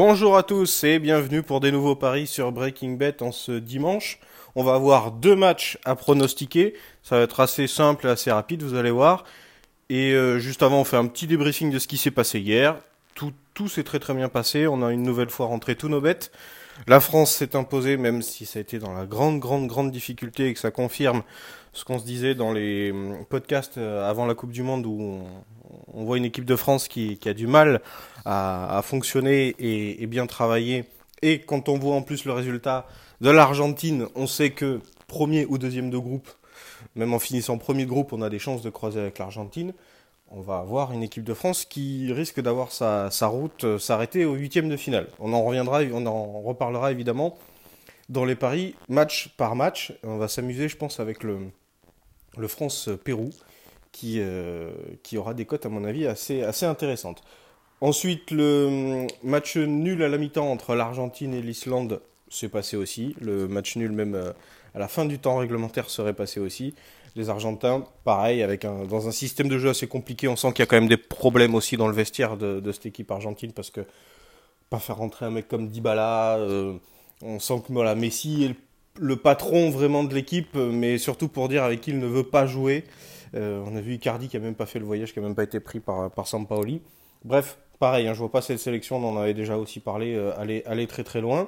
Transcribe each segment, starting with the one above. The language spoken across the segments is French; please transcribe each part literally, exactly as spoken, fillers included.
Bonjour à tous et bienvenue pour des nouveaux paris sur Breaking Bet en ce dimanche. On va avoir deux matchs à pronostiquer. Ça va être assez simple et assez rapide, vous allez voir. Et euh, juste avant, on fait un petit débriefing de ce qui s'est passé hier. Tout, tout s'est très très bien passé. On a une nouvelle fois rentré tous nos bêtes. La France s'est imposée, même si ça a été dans la grande, grande, grande difficulté et que ça confirme ce qu'on se disait dans les podcasts avant la Coupe du Monde où on, on voit une équipe de France qui, qui a du mal à, à fonctionner et, et bien travailler. Et quand on voit en plus le résultat de l'Argentine, on sait que premier ou deuxième de groupe, même en finissant premier de groupe, on a des chances de croiser avec l'Argentine. On va avoir une équipe de France qui risque d'avoir sa, sa route euh, s'arrêter au huitième de finale. On en reviendra, on en reparlera évidemment dans les paris match par match. On va s'amuser, je pense, avec le, le France-Pérou qui, euh, qui aura des cotes à mon avis assez, assez intéressantes. Ensuite, le match nul à la mi-temps entre l'Argentine et l'Islande s'est passé aussi. Le match nul même euh, à la fin du temps réglementaire serait passé aussi. Les Argentins, pareil, avec un, dans un système de jeu assez compliqué, on sent qu'il y a quand même des problèmes aussi dans le vestiaire de, de cette équipe argentine parce que pas faire rentrer un mec comme Dybala, euh, on sent que voilà, Messi est le, le patron vraiment de l'équipe, mais surtout pour dire avec qui il ne veut pas jouer. Euh, on a vu Icardi qui a même pas fait le voyage, qui a même pas été pris par, par Sampaoli. Bref, pareil, hein, je vois pas cette sélection, on en avait déjà aussi parlé, euh, aller, aller très très loin.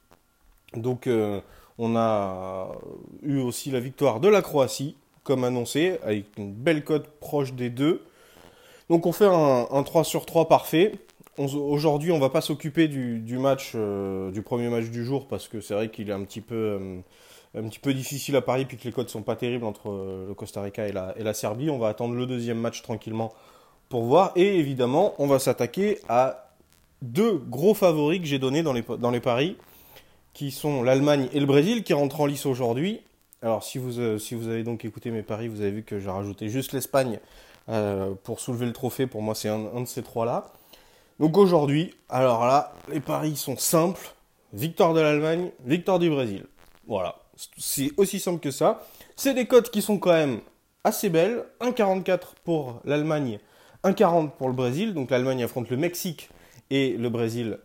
Donc euh, on a eu aussi la victoire de la Croatie, comme annoncé, avec une belle cote proche des deux. Donc on fait un, un trois sur trois parfait. On, aujourd'hui, on ne va pas s'occuper du, du match, euh, du premier match du jour, parce que c'est vrai qu'il est un petit peu, euh, un petit peu difficile à parier, puis que les cotes ne sont pas terribles entre euh, le Costa Rica et la, et la Serbie. On va attendre le deuxième match tranquillement pour voir. Et évidemment, on va s'attaquer à deux gros favoris que j'ai donnés dans les, dans les paris, qui sont l'Allemagne et le Brésil, qui rentrent en lice aujourd'hui. Alors, si vous, euh, si vous avez donc écouté mes paris, vous avez vu que j'ai rajouté juste l'Espagne euh, pour soulever le trophée. Pour moi, c'est un, un de ces trois-là. Donc aujourd'hui, alors là, les paris sont simples. Victoire de l'Allemagne, victoire du Brésil. Voilà, c'est aussi simple que ça. C'est des cotes qui sont quand même assez belles. un virgule quarante-quatre pour l'Allemagne, un virgule quarante pour le Brésil. Donc l'Allemagne affronte le Mexique et le Brésil,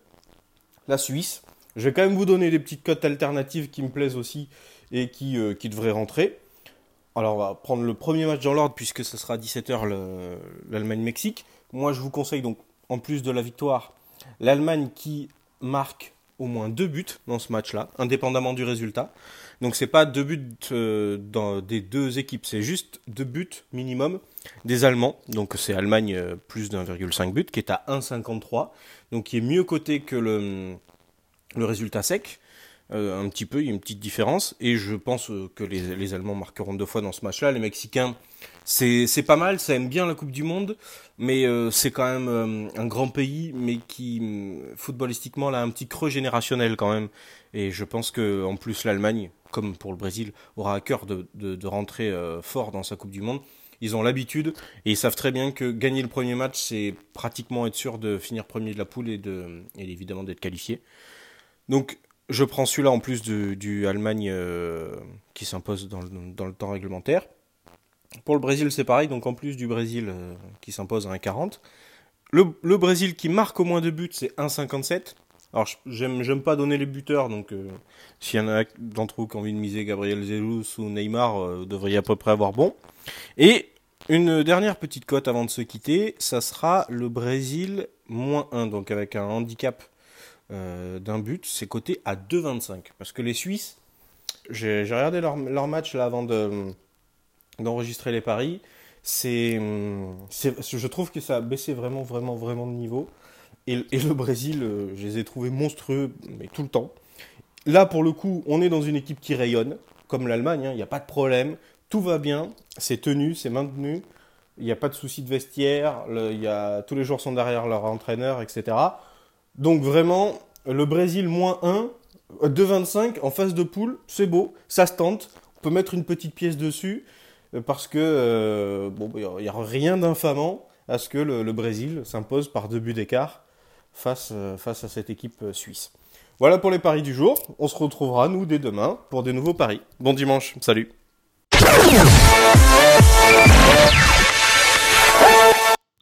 la Suisse. Je vais quand même vous donner des petites cotes alternatives qui me plaisent aussi et qui, euh, qui devraient rentrer. Alors on va prendre le premier match dans l'ordre puisque ce sera à dix-sept heures le, l'Allemagne-Mexique. Moi je vous conseille donc, en plus de la victoire, l'Allemagne qui marque au moins deux buts dans ce match-là, indépendamment du résultat. Donc c'est pas deux buts euh, dans des deux équipes, c'est juste deux buts minimum des Allemands. Donc c'est Allemagne euh, plus d'un virgule cinq but qui est à un virgule cinquante-trois, donc qui est mieux coté que le, le résultat sec. Euh, un petit peu, il y a une petite différence, et je pense euh, que les, les Allemands marqueront deux fois dans ce match-là. Les Mexicains, c'est, c'est pas mal, ça aime bien la Coupe du Monde, mais euh, c'est quand même euh, un grand pays, mais qui, footballistiquement, là, a un petit creux générationnel quand même, et je pense que en plus l'Allemagne, comme pour le Brésil, aura à cœur de, de, de rentrer euh, fort dans sa Coupe du Monde. Ils ont l'habitude, et ils savent très bien que gagner le premier match, c'est pratiquement être sûr de finir premier de la poule, et, de, et évidemment d'être qualifié. Donc, je prends celui-là en plus de, du Allemagne euh, qui s'impose dans le, dans le temps réglementaire. Pour le Brésil, c'est pareil. Donc en plus du Brésil euh, qui s'impose à un virgule quarante. Le, le Brésil qui marque au moins deux buts, c'est un virgule cinquante-sept. Alors j'aime, j'aime pas donner les buteurs. Donc euh, s'il y en a d'entre vous qui ont envie de miser Gabriel Jesus ou Neymar, euh, vous devriez à peu près avoir bon. Et une dernière petite cote avant de se quitter, ça sera le Brésil moins un. Donc avec un handicap Euh, d'un but, c'est coté à deux virgule vingt-cinq. Parce que les Suisses, j'ai, j'ai regardé leur, leur match là avant de, d'enregistrer les paris, c'est, c'est, je trouve que ça a baissé vraiment, vraiment, vraiment de niveau. Et, et le Brésil, euh, je les ai trouvés monstrueux, mais tout le temps. Là, pour le coup, on est dans une équipe qui rayonne, comme l'Allemagne, il hein, n'y a pas de problème, tout va bien, c'est tenu, c'est maintenu, il n'y a pas de souci de vestiaire, le, y a, tous les joueurs sont derrière leur entraîneur, et cetera. Donc vraiment, le Brésil moins un, deux virgule vingt-cinq en phase de poule, c'est beau, ça se tente. On peut mettre une petite pièce dessus parce que euh, bon, il n'y a rien d'infamant à ce que le, le Brésil s'impose par deux buts d'écart face, euh, face à cette équipe suisse. Voilà pour les paris du jour. On se retrouvera, nous, dès demain pour des nouveaux paris. Bon dimanche, salut.